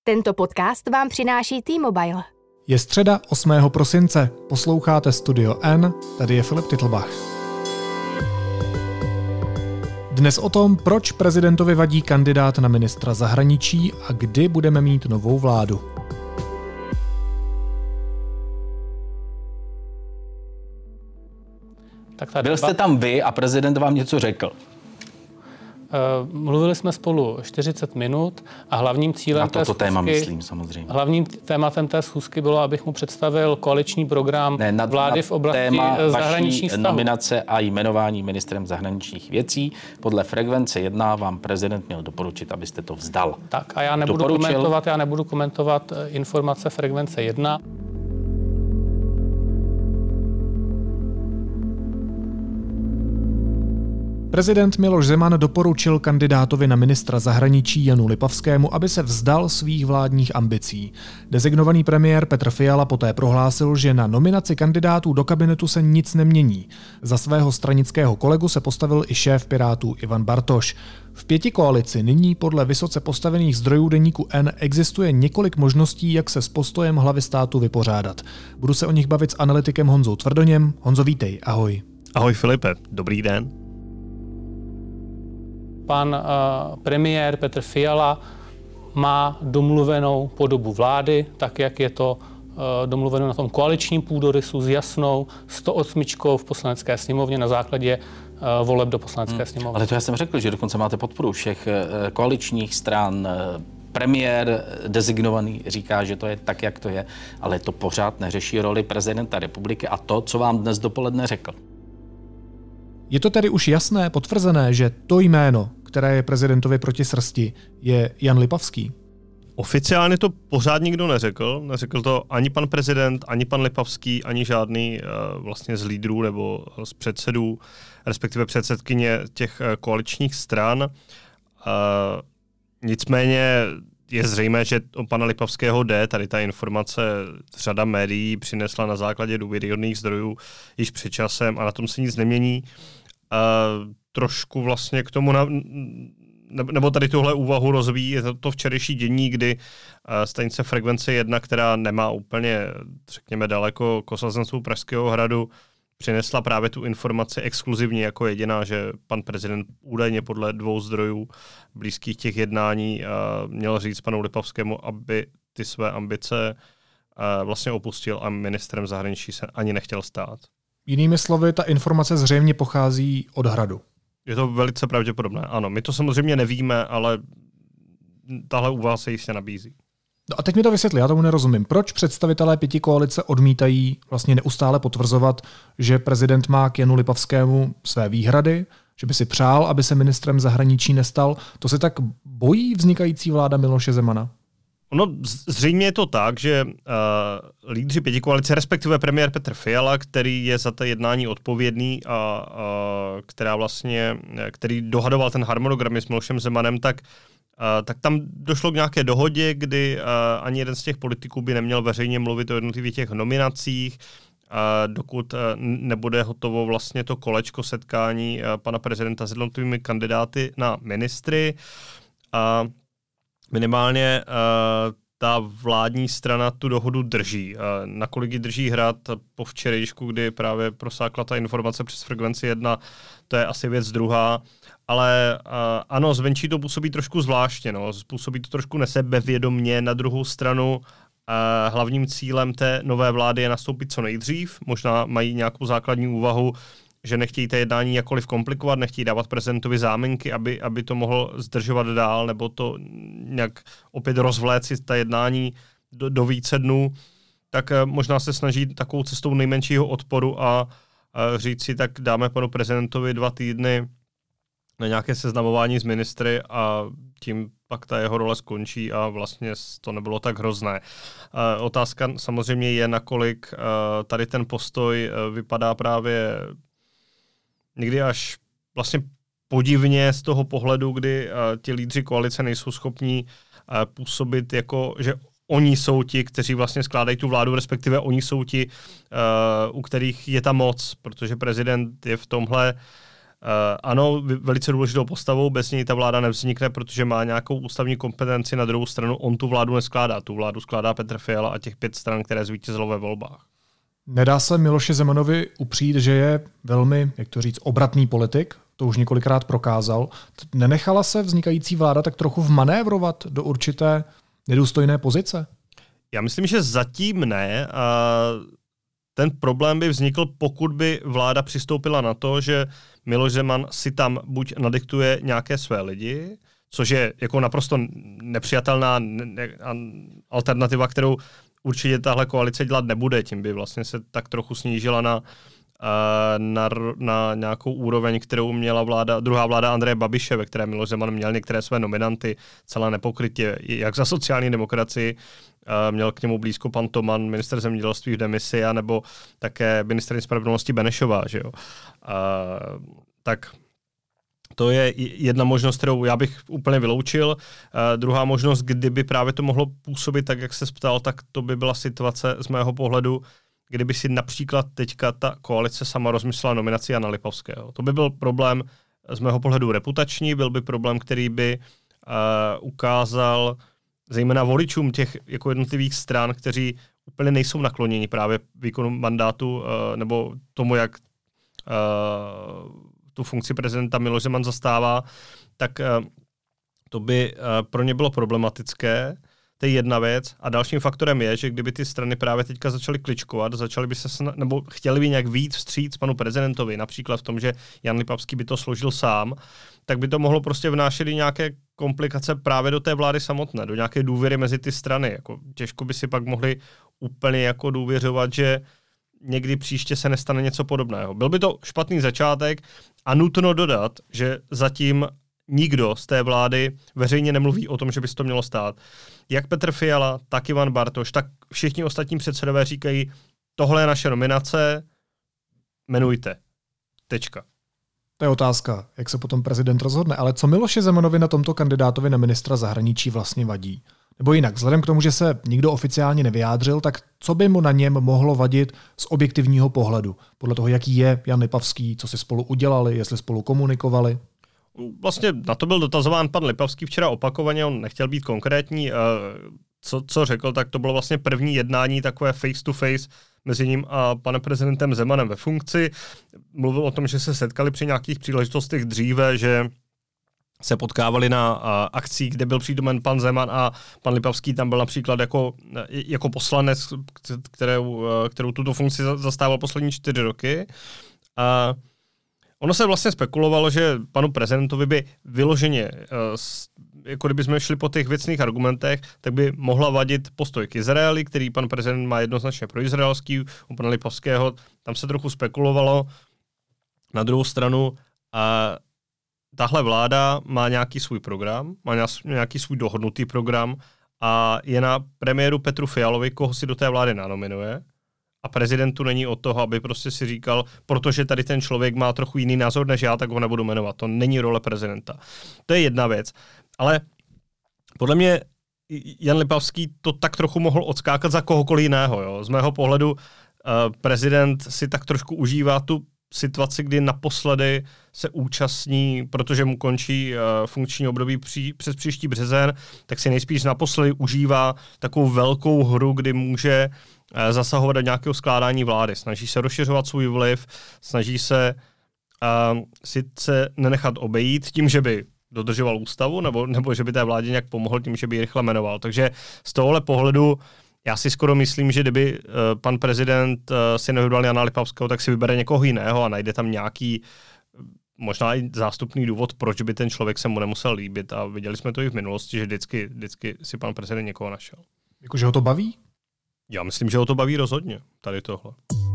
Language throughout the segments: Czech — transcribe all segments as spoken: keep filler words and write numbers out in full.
Tento podcast vám přináší T-Mobile. Je středa osmého prosince, posloucháte Studio N, tady je Filip Titlbach. Dnes o tom, proč prezidentovi vadí kandidát na ministra zahraničí a kdy budeme mít novou vládu. Tak tady Byl jste tam vy a prezident vám něco řekl? Uh, mluvili jsme spolu čtyřicet minut a hlavním cílem Na toto té téma schůzky, myslím samozřejmě. Hlavním tématem té schůzky bylo, abych mu představil koaliční program ne, nad, vlády nad v oblasti téma zahraničních vztahů. Nominace a jmenování ministrem zahraničních věcí. Podle frekvence jedna vám prezident měl doporučit, abyste to vzdal. Tak a já nebudu Doporučil... komentovat, já nebudu komentovat informace frekvence jedna. Prezident Miloš Zeman doporučil kandidátovi na ministra zahraničí Janu Lipavskému, aby se vzdal svých vládních ambicí. Designovaný premiér Petr Fiala poté prohlásil, že na nominaci kandidátů do kabinetu se nic nemění. Za svého stranického kolegu se postavil i šéf Pirátů Ivan Bartoš. V pětikoalici nyní podle vysoce postavených zdrojů deníku N existuje několik možností, jak se s postojem hlavy státu vypořádat. Budu se o nich bavit s analytikem Honzou Tvrdoněm. Honzo, vítej, ahoj. Ahoj Filipe, dobrý den. Pan uh, premiér Petr Fiala má domluvenou podobu vlády, tak jak je to uh, domluveno na tom koaličním půdorysu s jasnou sto osm v poslanecké sněmovně na základě uh, voleb do poslanecké hmm. sněmovny. Ale to já jsem řekl, že dokonce máte podporu všech uh, koaličních stran. Uh, premiér designovaný říká, že to je tak, jak to je, ale to pořád neřeší roli prezidenta republiky a to, co vám dnes dopoledne řekl. Je to tedy už jasné, potvrzené, že to jméno, které je prezidentovi proti srsti, je Jan Lipavský? Oficiálně to pořád nikdo neřekl. Neřekl to ani pan prezident, ani pan Lipavský, ani žádný uh, vlastně z lídrů nebo z předsedů, respektive předsedkyně těch uh, koaličních stran. Uh, nicméně je zřejmé, že o pana Lipavského jde. Tady ta informace řada médií přinesla na základě důvěryhodných zdrojů již před časem a na tom se nic nemění. Uh, trošku vlastně k tomu, na, nebo tady tuhle úvahu rozvíjí je to, to včerejší dění, kdy uh, stanice frekvence jedna, která nemá úplně, řekněme, daleko k osazenstvu Pražského hradu, přinesla právě tu informaci exkluzivně jako jediná, že pan prezident údajně podle dvou zdrojů blízkých těch jednání uh, měl říct panu Lipavskému, aby ty své ambice uh, vlastně opustil a ministrem zahraničí se ani nechtěl stát. Jinými slovy, ta informace zřejmě pochází od hradu. Je to velice pravděpodobné, ano. My to samozřejmě nevíme, ale tahle úvaha se jistě nabízí. No a teď mi to vysvětli, já tomu nerozumím. Proč představitelé pětikoalice odmítají vlastně neustále potvrzovat, že prezident má k Janu Lipavskému své výhrady, že by si přál, aby se ministrem zahraničí nestal? To se tak bojí vznikající vláda Miloše Zemana? Ono zřejmě je to tak, že uh, lídři pětikoalice, respektive premiér Petr Fiala, který je za to jednání odpovědný a, a která vlastně, který dohadoval ten harmonogram s Milošem Zemanem, tak Uh, tak tam došlo k nějaké dohodě, kdy uh, ani jeden z těch politiků by neměl veřejně mluvit o jednotlivých těch nominacích, uh, dokud uh, nebude hotovo vlastně to kolečko setkání uh, pana prezidenta s jednotlivými kandidáty na ministry. A uh, minimálně uh, ta vládní strana tu dohodu drží. Uh, nakolik ji drží hrad po včerejšku, kdy právě prosákla ta informace přes frekvenci jedna, to je asi věc druhá. Ale uh, ano, zvenčí to působí trošku zvláštně, no. Působí to trošku nesebevědomně. Na druhou stranu uh, hlavním cílem té nové vlády je nastoupit co nejdřív. Možná mají nějakou základní úvahu, že nechtějí té jednání jakkoliv komplikovat, nechtějí dávat prezidentovi záminky, aby, aby to mohl zdržovat dál, nebo to nějak opět rozvléci ta jednání do, do více dnů. Tak uh, možná se snaží takovou cestou nejmenšího odporu a uh, říct si, tak dáme panu prezidentovi dva týdny na nějaké seznamování s ministry a tím pak ta jeho role skončí a vlastně to nebylo tak hrozné. Uh, otázka samozřejmě je, nakolik uh, tady ten postoj uh, vypadá právě někdy až vlastně podivně z toho pohledu, kdy uh, ti lídři koalice nejsou schopní uh, působit jako, že oni jsou ti, kteří vlastně skládají tu vládu, respektive oni jsou ti, uh, u kterých je ta moc, protože prezident je v tomhle ano, velice důležitou postavou, bez něj ta vláda nevznikne, protože má nějakou ústavní kompetenci, na druhou stranu on tu vládu neskládá. Tu vládu skládá Petr Fiala a těch pět stran, které zvítězilo ve volbách. Nedá se Miloši Zemanovi upřít, že je velmi, jak to říct, obratný politik, to už několikrát prokázal. Nenechala se vznikající vláda tak trochu vmanévrovat do určité nedůstojné pozice? Já myslím, že zatím ne. A ten problém by vznikl, pokud by vláda přistoupila na to, že Miloš Zeman si tam buď nadiktuje nějaké své lidi, což je jako naprosto nepřijatelná alternativa, kterou určitě tahle koalice dělat nebude, tím by vlastně se tak trochu snížila na, na, na nějakou úroveň, kterou měla vláda, druhá vláda Andreje Babiše, ve které Miloš Zeman měl některé své nominanty celá nepokrytě, jak za sociální demokracii, měl k němu blízko pan Toman, ministr zemědělství v demisi, nebo také ministr spravedlnosti Benešová, že jo. A, tak to je jedna možnost, kterou já bych úplně vyloučil. Uh, druhá možnost, kdyby právě to mohlo působit tak, jak se ptal, tak to by byla situace z mého pohledu, kdyby si například teďka ta koalice sama rozmyslela nominaci Jana Lipavského. To by byl problém z mého pohledu reputační, byl by problém, který by uh, ukázal zejména voličům těch jako jednotlivých stran, kteří úplně nejsou nakloněni právě výkonu mandátu uh, nebo tomu, jak uh, tu funkci prezidenta Miloš Zeman zastává, tak uh, to by uh, pro ně bylo problematické. To je jedna věc. A dalším faktorem je, že kdyby ty strany právě teďka začaly kličkovat, začaly by se sna- nebo chtěli by nějak vyjít vstříc panu prezidentovi, například v tom, že Jan Lipavský by to složil sám, tak by to mohlo prostě vnášet i nějaké komplikace právě do té vlády samotné, do nějaké důvěry mezi ty strany. Jako těžko by si pak mohli úplně jako důvěřovat, že někdy příště se nestane něco podobného. Byl by to špatný začátek a nutno dodat, že zatím nikdo z té vlády veřejně nemluví o tom, že by se to mělo stát. Jak Petr Fiala, tak Ivan Bartoš, tak všichni ostatní předsedové říkají, tohle je naše nominace, jmenujte. Tečka. To je otázka, jak se potom prezident rozhodne. Ale co Miloši Zemanovi na tomto kandidátovi na ministra zahraničí vlastně vadí? Nebo jinak, vzhledem k tomu, že se nikdo oficiálně nevyjádřil, tak co by mu na něm mohlo vadit z objektivního pohledu? Podle toho, jaký je Jan Lipavský, co si spolu udělali, jestli spolu komunikovali? Vlastně na to byl dotazován pan Lipavský včera opakovaně, on nechtěl být konkrétní. Co, co řekl, tak to bylo vlastně první jednání takové face to face mezi ním a panem prezidentem Zemanem ve funkci. Mluvil o tom, že se setkali při nějakých příležitostech dříve, že se potkávali na akcích, kde byl přítomen pan Zeman a pan Lipavský tam byl například jako, jako poslanec, kterou, kterou tuto funkci zastával poslední čtyři roky. A ono se vlastně spekulovalo, že panu prezidentovi by vyloženě, jako kdyby jsme šli po těch věcných argumentech, tak by mohla vadit postoj k Izraeli, který pan prezident má jednoznačně proizraelský, u pana Lipavského tam se trochu spekulovalo. Na druhou stranu a tahle vláda má nějaký svůj program, má nějaký svůj dohodnutý program a je na premiéru Petru Fialovi, koho si do té vlády nanominuje. A prezidentu není od toho, aby prostě si říkal, protože tady ten člověk má trochu jiný názor než já, tak ho nebudu jmenovat. To není role prezidenta. To je jedna věc. Ale podle mě Jan Lipavský to tak trochu mohl odskákat za kohokoliv jiného. Jo. Z mého pohledu uh, prezident si tak trošku užívá tu situaci, kdy naposledy se účastní, protože mu končí uh, funkční období pří, přes příští březen, tak si nejspíš naposledy užívá takovou velkou hru, kdy může uh, zasahovat do nějakého skládání vlády. Snaží se rozšiřovat svůj vliv, snaží se uh, sice nenechat obejít tím, že by dodržoval ústavu, nebo, nebo že by té vládě nějak pomohl tím, že by ji rychle jmenoval. Takže z tohohle pohledu já si skoro myslím, že kdyby uh, pan prezident uh, si nevybral Jana Lipavského, tak si vybere někoho jiného a najde tam nějaký možná i zástupný důvod, proč by ten člověk se mu nemusel líbit. A viděli jsme to i v minulosti, že vždycky, vždycky si pan prezident někoho našel. Jakože ho to baví? Já myslím, že ho to baví rozhodně, tady tohle.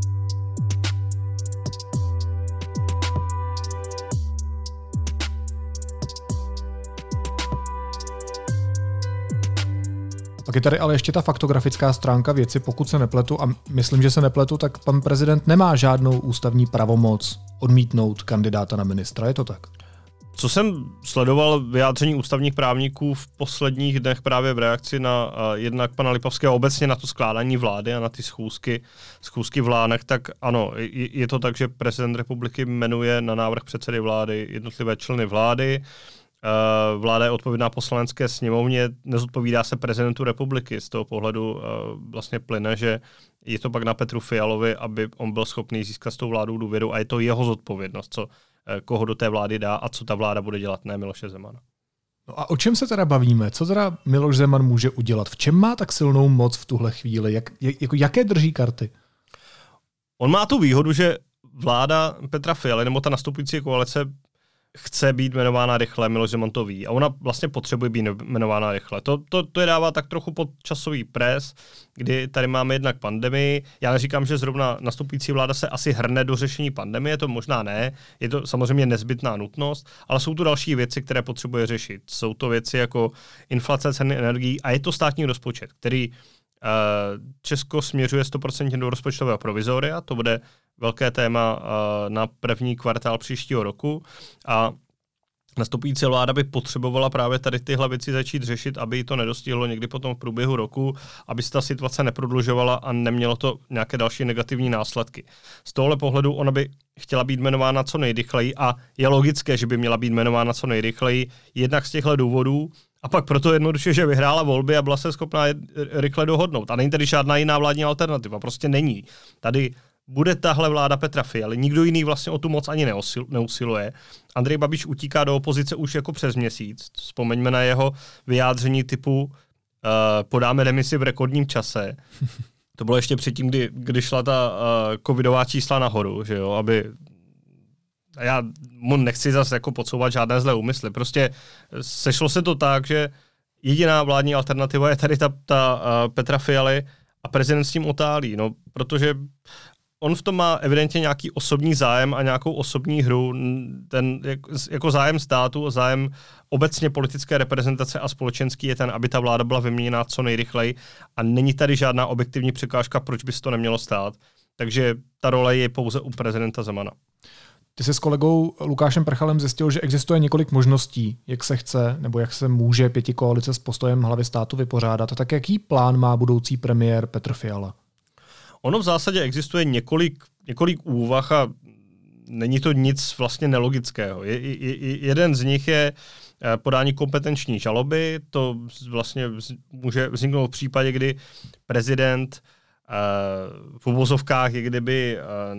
Pak je tady ale ještě ta faktografická stránka věci, pokud se nepletu, a myslím, že se nepletu, tak pan prezident nemá žádnou ústavní pravomoc odmítnout kandidáta na ministra, je to tak? co jsem sledoval vyjádření ústavních právníků v posledních dnech právě v reakci na uh, jednak pana Lipavského obecně na to skládání vlády a na ty schůzky, schůzky v Lánech, tak ano, je, je to tak, že prezident republiky jmenuje na návrh předsedy vlády jednotlivé členy vlády. Uh, vláda je odpovědná poslanecké sněmovně, nezodpovídá se prezidentu republiky. Z toho pohledu uh, vlastně plyne, že je to pak na Petru Fialovi, aby on byl schopný získat s tou vládou důvěru a je to jeho zodpovědnost, co koho do té vlády dá a co ta vláda bude dělat, ne Miloše Zemana. No a o čem se teda bavíme? Co teda Miloš Zeman může udělat? V čem má tak silnou moc v tuhle chvíli? Jak, jako, jaké drží karty? On má tu výhodu, že vláda Petra Fialy nebo ta nastupující koalice chce být jmenována rychle, Miloš Zeman to ví. A ona vlastně potřebuje být jmenována rychle. To, to, to je dává tak trochu pod časový pres, kdy tady máme jednak pandemii. Já neříkám, že zrovna nastupující vláda se asi hrne do řešení pandemie, to možná ne. Je to samozřejmě nezbytná nutnost, ale jsou tu další věci, které potřebuje řešit. Jsou to věci jako inflace ceny energií a je to státní rozpočet, který uh, Česko směřuje sto procent do rozpočtového provizoria. To bude velké téma uh, na první kvartál příštího roku a nastupující vláda by potřebovala právě tady tyhle věci začít řešit, aby jí to nedostihlo někdy potom v průběhu roku, aby se ta situace neprodlužovala a nemělo to nějaké další negativní následky. Z tohohle pohledu ona by chtěla být jmenována co nejrychleji a je logické, že by měla být jmenována co nejrychleji, jednak z těchto důvodů, a pak proto jednoduše, že vyhrála volby a byla se schopná rychle dohodnout. A není tady žádná jiná vládní alternativa, prostě není. Tady bude tahle vláda Petra Fialy, nikdo jiný vlastně o tu moc ani neusil, neusiluje. Andrej Babiš utíká do opozice už jako přes měsíc. Vzpomeňme na jeho vyjádření typu uh, podáme demisi v rekordním čase. To bylo ještě předtím, kdy, kdy šla ta uh, covidová čísla nahoru, že jo, aby... Já mu nechci zase jako podsouvat žádné zlé úmysly. Prostě sešlo se to tak, že jediná vládní alternativa je tady ta, ta uh, Petra Fialy a prezident s tím otálí, no, protože on v tom má evidentně nějaký osobní zájem a nějakou osobní hru, ten jako zájem státu, zájem obecně politické reprezentace a společenský je ten, aby ta vláda byla vyměněna co nejrychleji a není tady žádná objektivní překážka, proč by se to nemělo stát. Takže ta role je pouze u prezidenta Zemana. Ty jsi s kolegou Lukášem Prchalem zjistil, že existuje několik možností, jak se chce nebo jak se může pětikoalice s postojem hlavy státu vypořádat. Tak jaký plán má budoucí premiér Petr Fiala? Ono v zásadě existuje několik, několik úvah a není to nic vlastně nelogického. Je, je, jeden z nich je podání kompetenční žaloby. To vlastně může vzniknout v případě, kdy prezident v uvozovkách je kdyby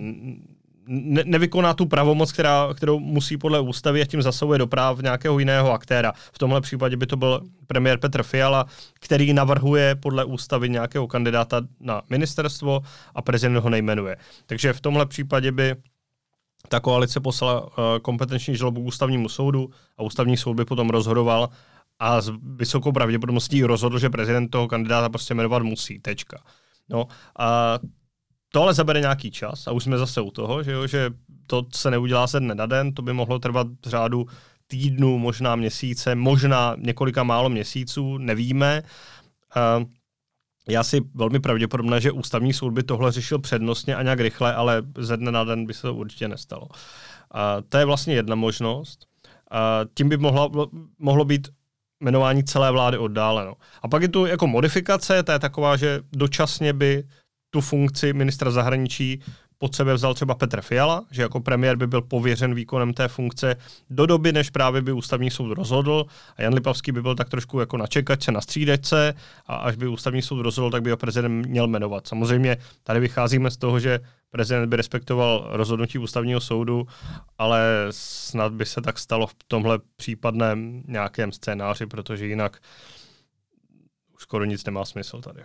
ne, nevykoná tu pravomoc, která, kterou musí podle ústavy a tím zasahuje do práv nějakého jiného aktéra. V tomhle případě by to byl premiér Petr Fiala, který navrhuje podle ústavy nějakého kandidáta na ministerstvo a prezident ho nejmenuje. Takže v tomhle případě by ta koalice poslala uh, kompetenční žalobu k ústavnímu soudu a ústavní soud by potom rozhodoval a s vysokou pravděpodobností rozhodl, že prezident toho kandidáta prostě jmenovat musí. Tečka. No a to ale zabere nějaký čas a už jsme zase u toho, že, jo, že to se neudělá ze dne na den, to by mohlo trvat v řádu týdnu, možná měsíce, možná několika málo měsíců, nevíme. Uh, já si velmi pravděpodobné, že ústavní soud by tohle řešil přednostně a nějak rychle, ale ze dne na den by se to určitě nestalo. Uh, to je vlastně jedna možnost. Uh, tím by mohlo, mohlo být jmenování celé vlády oddáleno. A pak je tu jako modifikace, to je taková, že dočasně by tu funkci ministra zahraničí pod sebe vzal třeba Petr Fiala, že jako premiér by byl pověřen výkonem té funkce do doby, než právě by ústavní soud rozhodl a Jan Lipavský by byl tak trošku jako na čekačce, na střídačce a až by ústavní soud rozhodl, tak by ho prezident měl jmenovat. Samozřejmě tady vycházíme z toho, že prezident by respektoval rozhodnutí ústavního soudu, ale snad by se tak stalo v tomhle případném nějakém scénáři, protože jinak už skoro nic nemá smysl tady.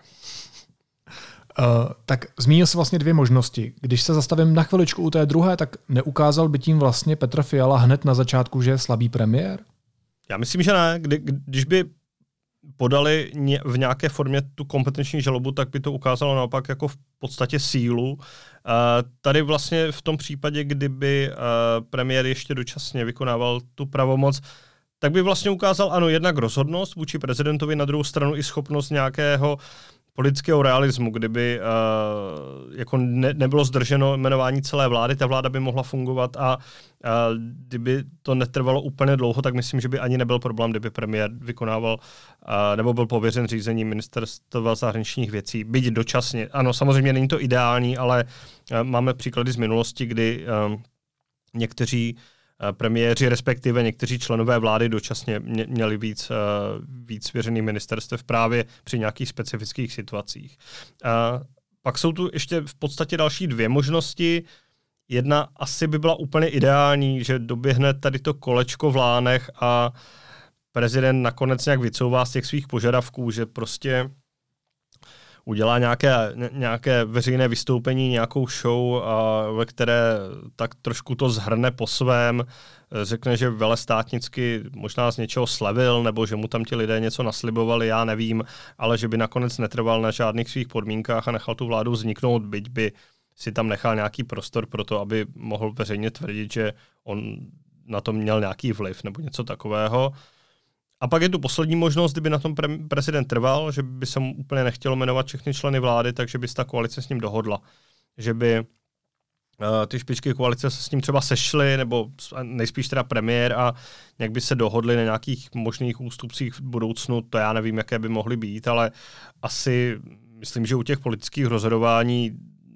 Uh, tak zmínil jsi vlastně dvě možnosti. Když se zastavím na chviličku u té druhé, tak neukázal by tím vlastně Petr Fiala hned na začátku, že je slabý premiér? Já myslím, že ne. Kdy, když by podali v nějaké formě tu kompetenční žalobu, tak by to ukázalo naopak jako v podstatě sílu. Uh, tady vlastně v tom případě, kdyby uh, premiér ještě dočasně vykonával tu pravomoc, tak by vlastně ukázal ano, jednak rozhodnost vůči prezidentovi, na druhou stranu i schopnost nějakého politického realismu, kdyby uh, jako ne, nebylo zdrženo jmenování celé vlády, ta vláda by mohla fungovat a uh, kdyby to netrvalo úplně dlouho, tak myslím, že by ani nebyl problém, kdyby premiér vykonával uh, nebo byl pověřen řízením ministerstva zahraničních věcí, byť dočasně. Ano, samozřejmě není to ideální, ale uh, máme příklady z minulosti, kdy uh, někteří premiéři, respektive někteří členové vlády dočasně měli víc, víc svěřených ministerstev právě při nějakých specifických situacích. A pak jsou tu ještě v podstatě další dvě možnosti. Jedna asi by byla úplně ideální, že doběhne tady to kolečko v lánech a prezident nakonec nějak vycouvá z těch svých požadavků, že prostě udělá nějaké, nějaké veřejné vystoupení, nějakou show, a ve které tak trošku to zhrne po svém, řekne, že velestátnicky možná z něčeho slevil, nebo že mu tam ti lidé něco naslibovali, já nevím, ale že by nakonec netrval na žádných svých podmínkách a nechal tu vládu vzniknout, byť by si tam nechal nějaký prostor pro to, aby mohl veřejně tvrdit, že on na tom měl nějaký vliv nebo něco takového. A pak je tu poslední možnost, kdyby na tom pre- prezident trval, že by se mu úplně nechtělo jmenovat všechny členy vlády, takže by se ta koalice s ním dohodla. Že by uh, ty špičky koalice se s ním třeba sešly, nebo nejspíš teda premiér a nějak by se dohodli na nějakých možných ústupcích v budoucnu, to já nevím, jaké by mohly být, ale asi myslím, že u těch politických rozhodování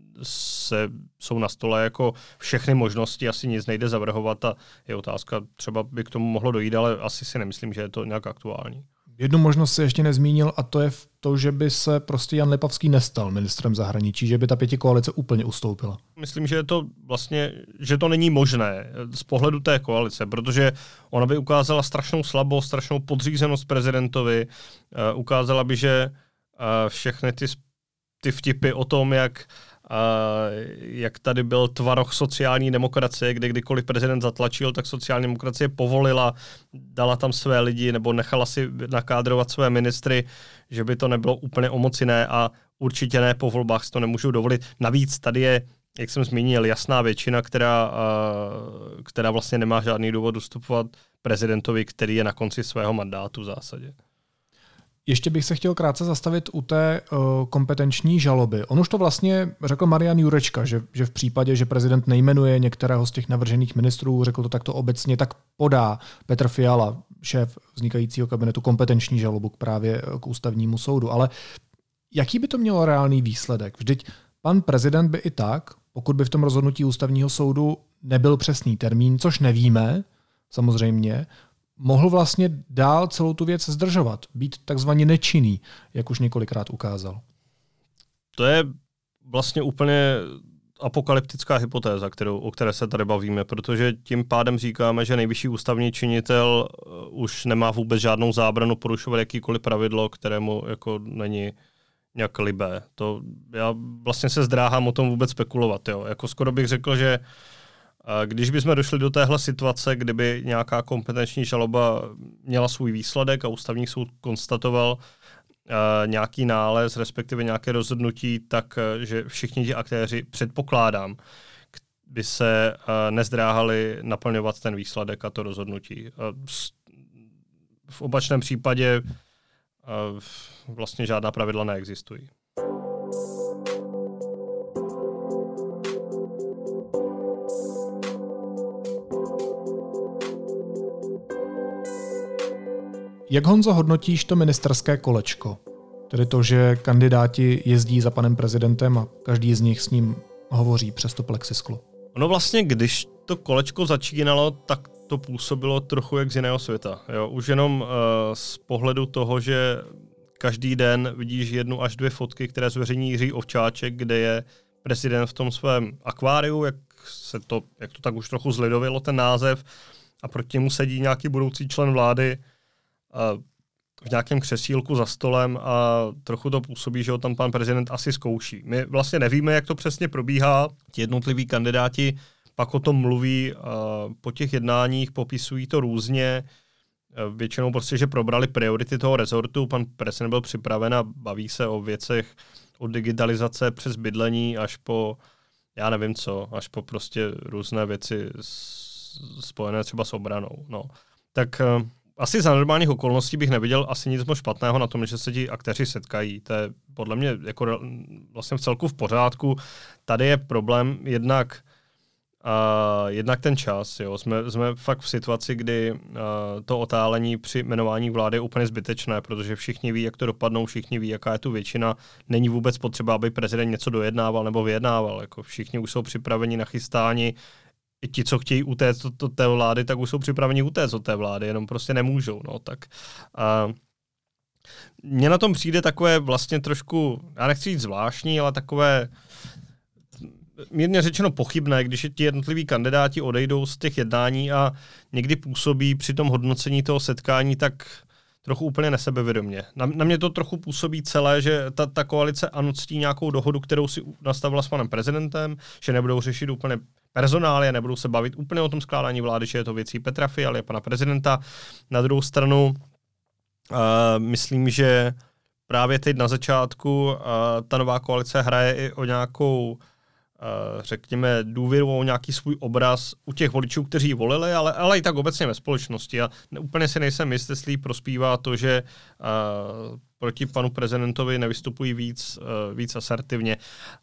se, jsou na stole jako všechny možnosti, asi nic nejde zavrhovat a je otázka, třeba by k tomu mohlo dojít, ale asi si nemyslím, že je to nějak aktuální. Jednu možnost se ještě nezmínil a to je to, že by se prostě Jan Lipavský nestal ministrem zahraničí, že by ta pětikoalice úplně ustoupila. Myslím, že je to vlastně, že to není možné z pohledu té koalice, protože ona by ukázala strašnou slabost, strašnou podřízenost prezidentovi, uh, ukázala by, že uh, všechny ty, ty vtipy o tom, jak Uh, jak tady byl tvaroh sociální demokracie, kde kdykoliv prezident zatlačil, tak sociální demokracie povolila, dala tam své lidi nebo nechala si nakádrovat své ministry, že by to nebylo úplně omociné a určitě ne po volbách si to nemůžou dovolit. Navíc tady je, jak jsem zmínil, jasná většina, která, uh, která vlastně nemá žádný důvod ustupovat prezidentovi, který je na konci svého mandátu v zásadě. Ještě bych se chtěl krátce zastavit u té uh, kompetenční žaloby. On už to vlastně řekl Marian Jurečka, že, že v případě, že prezident nejmenuje některého z těch navržených ministrů, řekl to takto obecně, tak podá Petr Fiala, šéf vznikajícího kabinetu, kompetenční žalobu k právě k ústavnímu soudu. Ale jaký by to mělo reálný výsledek? Vždyť pan prezident by i tak, pokud by v tom rozhodnutí ústavního soudu nebyl přesný termín, což nevíme, samozřejmě, mohl vlastně dál celou tu věc zdržovat, být takzvaně nečinný, jak už několikrát ukázal. To je vlastně úplně apokalyptická hypotéza, kterou, o které se tady bavíme, protože tím pádem říkáme, že nejvyšší ústavní činitel už nemá vůbec žádnou zábranu porušovat jakýkoliv pravidlo, kterému jako není nějak libé. To já vlastně se zdráhám o tom vůbec spekulovat. Jo. Jako skoro bych řekl, že když bychom došli do téhle situace, kdyby nějaká kompetenční žaloba měla svůj výsledek a ústavní soud konstatoval uh, nějaký nález, respektive nějaké rozhodnutí, tak uh, že všichni ti aktéři, předpokládám, by se uh, nezdráhali naplňovat ten výsledek a to rozhodnutí. Uh, v opačném případě uh, vlastně žádná pravidla neexistují. Jak, Honzo, hodnotíš to ministerské kolečko? Tedy to, že kandidáti jezdí za panem prezidentem a každý z nich s ním hovoří přes to plexisklo. No vlastně, když to kolečko začínalo, tak to působilo trochu jak z jiného světa. Jo, už jenom uh, z pohledu toho, že každý den vidíš jednu až dvě fotky, které zveřejní Jiří Ovčáček, kde je prezident v tom svém akváriu, jak se to, jak to tak už trochu zlidovilo ten název, a proti němu sedí nějaký budoucí člen vlády v nějakém křesílku za stolem a trochu to působí, že ho tam pan prezident asi zkouší. My vlastně nevíme, jak to přesně probíhá. Ti jednotliví kandidáti pak o tom mluví po těch jednáních, popisují to různě. Většinou prostě, že probrali priority toho rezortu. Pan prezident byl připraven a baví se o věcech od digitalizace přes bydlení až po, já nevím co, až po prostě různé věci spojené třeba s obranou. No. Tak asi za normálních okolností bych neviděl asi nic moc špatného na tom, že se ti aktéři setkají. To je podle mě jako vlastně v celku v pořádku. Tady je problém jednak Uh, jednak ten čas. Jo. Jsme, jsme fakt v situaci, kdy uh, to otálení při jmenování vlády je úplně zbytečné, protože všichni ví, jak to dopadnou, všichni ví, jaká je tu většina. Není vůbec potřeba, aby prezident něco dojednával nebo vyjednával. Jako všichni už jsou připraveni, nachystáni. I ti, co chtějí utéct od té vlády, tak už jsou připraveni utéct od té vlády, jenom prostě nemůžou. No. Tak, uh, mně na tom přijde takové vlastně trošku, já nechci říct zvláštní, ale takové mírně řečeno pochybné, když ti jednotliví kandidáti odejdou z těch jednání a někdy působí při tom hodnocení toho setkání tak trochu úplně nesebevědomě. Na, na mě to trochu působí celé, že ta, ta koalice ANO ctí nějakou dohodu, kterou si nastavila s panem prezidentem, že nebudou řešit úplně personálie, nebudou se bavit úplně o tom skládání vlády, že je to věcí Petra Fialy a pana prezidenta. Na druhou stranu uh, myslím, že právě teď na začátku uh, ta nová koalice hraje i o nějakou řekněme, důvěru o nějaký svůj obraz u těch voličů, kteří ji volili, ale, ale i tak obecně ve společnosti. A úplně si nejsem jist, jestli prospívá to, že uh, proti panu prezidentovi nevystupují víc, uh, víc asertivně.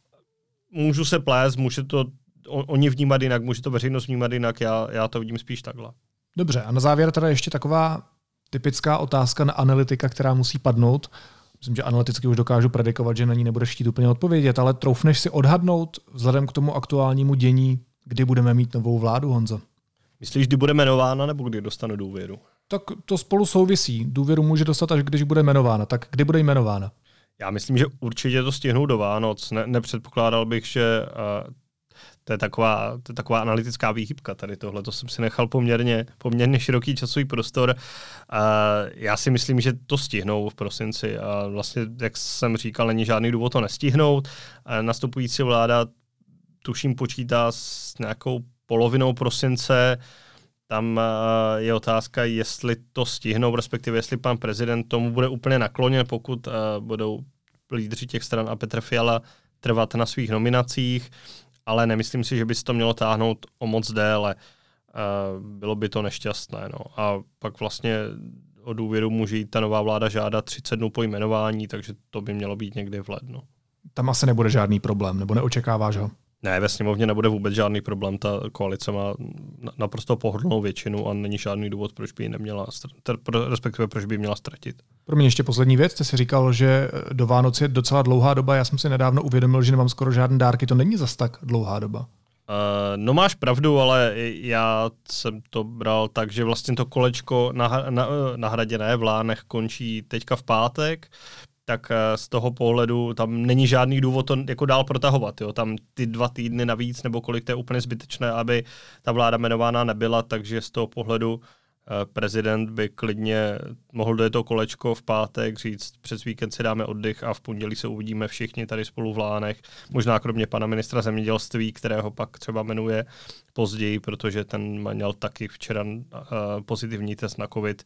Můžu se plést, může to o, oni vnímat jinak, může to veřejnost vnímat jinak, já, já to vidím spíš takhle. Dobře, a na závěr teda ještě taková typická otázka na analytika, která musí padnout. Myslím, že analyticky už dokážu predikovat, že na ní nebudeš chtít úplně odpovědět, ale troufneš si odhadnout vzhledem k tomu aktuálnímu dění, kdy budeme mít novou vládu, Honzo? Myslíš, kdy bude jmenována, nebo kdy dostane důvěru? Tak to spolu souvisí. Důvěru může dostat, až když bude jmenována. Tak kdy bude jmenována? Já myslím, že určitě to stihnou do Vánoc. Ne, nepředpokládal bych, že uh, to je taková, to je taková analytická výhybka tady tohle. To jsem si nechal poměrně, poměrně široký časový prostor. Uh, já si myslím, že to stihnou v prosinci. A vlastně, jak jsem říkal, není žádný důvod to nestihnout. Uh, nastupující vláda, tuším, počítá s nějakou polovinou prosince. Tam uh, je otázka, jestli to stihnou, respektive jestli pan prezident tomu bude úplně nakloněn, pokud uh, budou lídři těch stran a Petr Fiala trvat na svých nominacích. Ale nemyslím si, že by se to mělo táhnout o moc déle. Uh, bylo by to nešťastné. No. A pak vlastně o důvěru může jít ta nová vláda žádat třicet dnů po jmenování, takže to by mělo být někdy v lednu. Tam asi nebude žádný problém, nebo neočekáváš ho? Ne, ve sněmovně nebude vůbec žádný problém. Ta koalice má naprosto pohodlnou většinu a není žádný důvod, proč by ji neměla, respektive proč by ji měla ztratit. Pro mě ještě poslední věc. Ty jsi říkal, že do Vánoc je docela dlouhá doba. Já jsem si nedávno uvědomil, že nemám skoro žádné dárky. To není zas tak dlouhá doba. Uh, no máš pravdu, ale já jsem to bral tak, že vlastně to kolečko na, na, na Hradě v Lánech končí teďka v pátek, tak z toho pohledu tam není žádný důvod to jako dál protahovat. Jo. Tam ty dva týdny navíc, nebo kolik to je úplně zbytečné, aby ta vláda jmenována nebyla, takže z toho pohledu prezident by klidně mohl do toho kolečko v pátek říct, přes víkend si dáme oddych a v pondělí se uvidíme všichni tady spolu v Lánech. Možná kromě pana ministra zemědělství, kterého pak třeba jmenuje později, protože ten měl taky včera uh, pozitivní test na covid.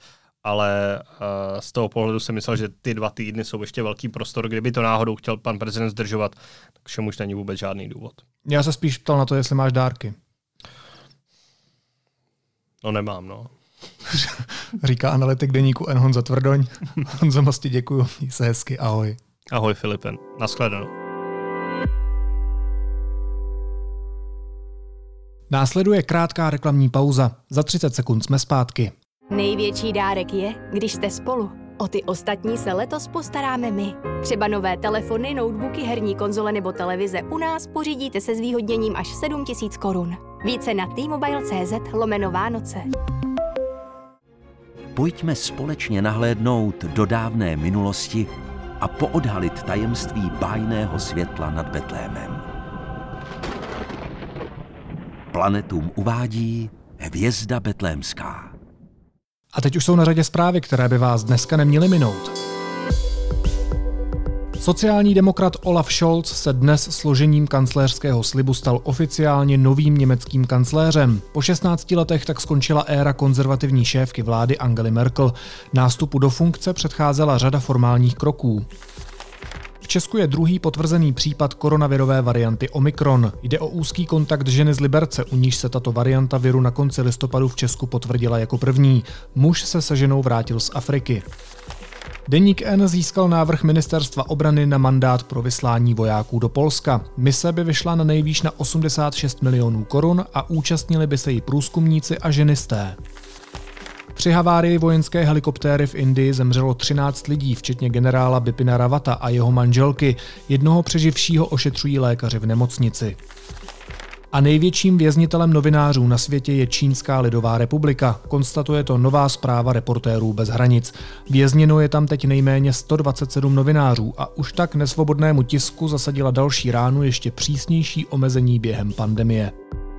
Ale uh, z toho pohledu jsem myslel, že ty dva týdny jsou ještě velký prostor, kdyby to náhodou chtěl pan prezident zdržovat, takže už není vůbec žádný důvod. Já se spíš ptal na to, jestli máš dárky. No nemám, no. Říká analytik deníku N. Honza Tvrdoň. Honzo, moc ti děkuju, měj se hezky, ahoj. Ahoj Filipen, nashledanou. Následuje krátká reklamní pauza. Za třicet sekund jsme zpátky. Největší dárek je, když jste spolu. O ty ostatní se letos postaráme my. Třeba nové telefony, notebooky, herní konzole nebo televize u nás pořídíte se zvýhodněním až sedm tisíc korun. Více na t-mobile.cz lomeno Vánoce. Pojďme společně nahlédnout do dávné minulosti a poodhalit tajemství bájného světla nad Betlémem. Planetum uvádí Hvězda betlémská. A teď už jsou na řadě zprávy, které by vás dneska neměly minout. Sociální demokrat Olaf Scholz se dnes složením kancléřského slibu stal oficiálně novým německým kancléřem. Po šestnácti letech tak skončila éra konzervativní šéfky vlády Angely Merkel. Nástupu do funkce předcházela řada formálních kroků. Česku je druhý potvrzený případ koronavirové varianty Omikron. Jde o úzký kontakt ženy z Liberce, u níž se tato varianta viru na konci listopadu v Česku potvrdila jako první. Muž se se ženou vrátil z Afriky. Deník N získal návrh ministerstva obrany na mandát pro vyslání vojáků do Polska. Mise by vyšla na nejvýš na osmdesát šest milionů korun a účastnili by se jí průzkumníci a ženisté. Při havárii vojenské helikoptéry v Indii zemřelo třináct lidí, včetně generála Bipina Rawata a jeho manželky. Jednoho přeživšího ošetřují lékaři v nemocnici. A největším věznitelem novinářů na světě je Čínská lidová republika. Konstatuje to nová zpráva Reportérů bez hranic. Vězněno je tam teď nejméně sto dvacet sedm novinářů a už tak nesvobodnému tisku zasadila další ránu ještě přísnější omezení během pandemie.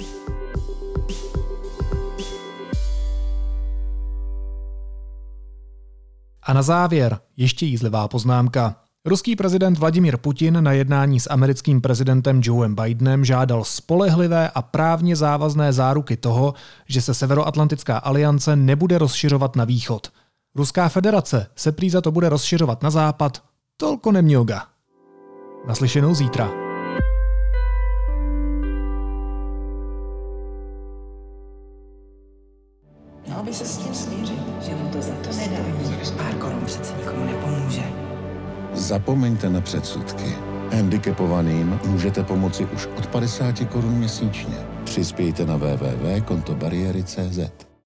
A na závěr ještě jízlivá poznámka. Ruský prezident Vladimír Putin na jednání s americkým prezidentem Joeem Bidenem žádal spolehlivé a právně závazné záruky toho, že se Severoatlantická aliance nebude rozšiřovat na východ. Ruská federace se prý za to bude rozšiřovat na západ, tolko nemňoga. Naslyšenou zítra. Měl by se s tím smířit, že mu to za to nedají. Pár korun přece nikomu nepomůže. Zapomeňte na předsudky. Handicapovaným můžete pomoci už od padesáti korun měsíčně. Přispějte na w w w tečka kontobariéry tečka cé zet.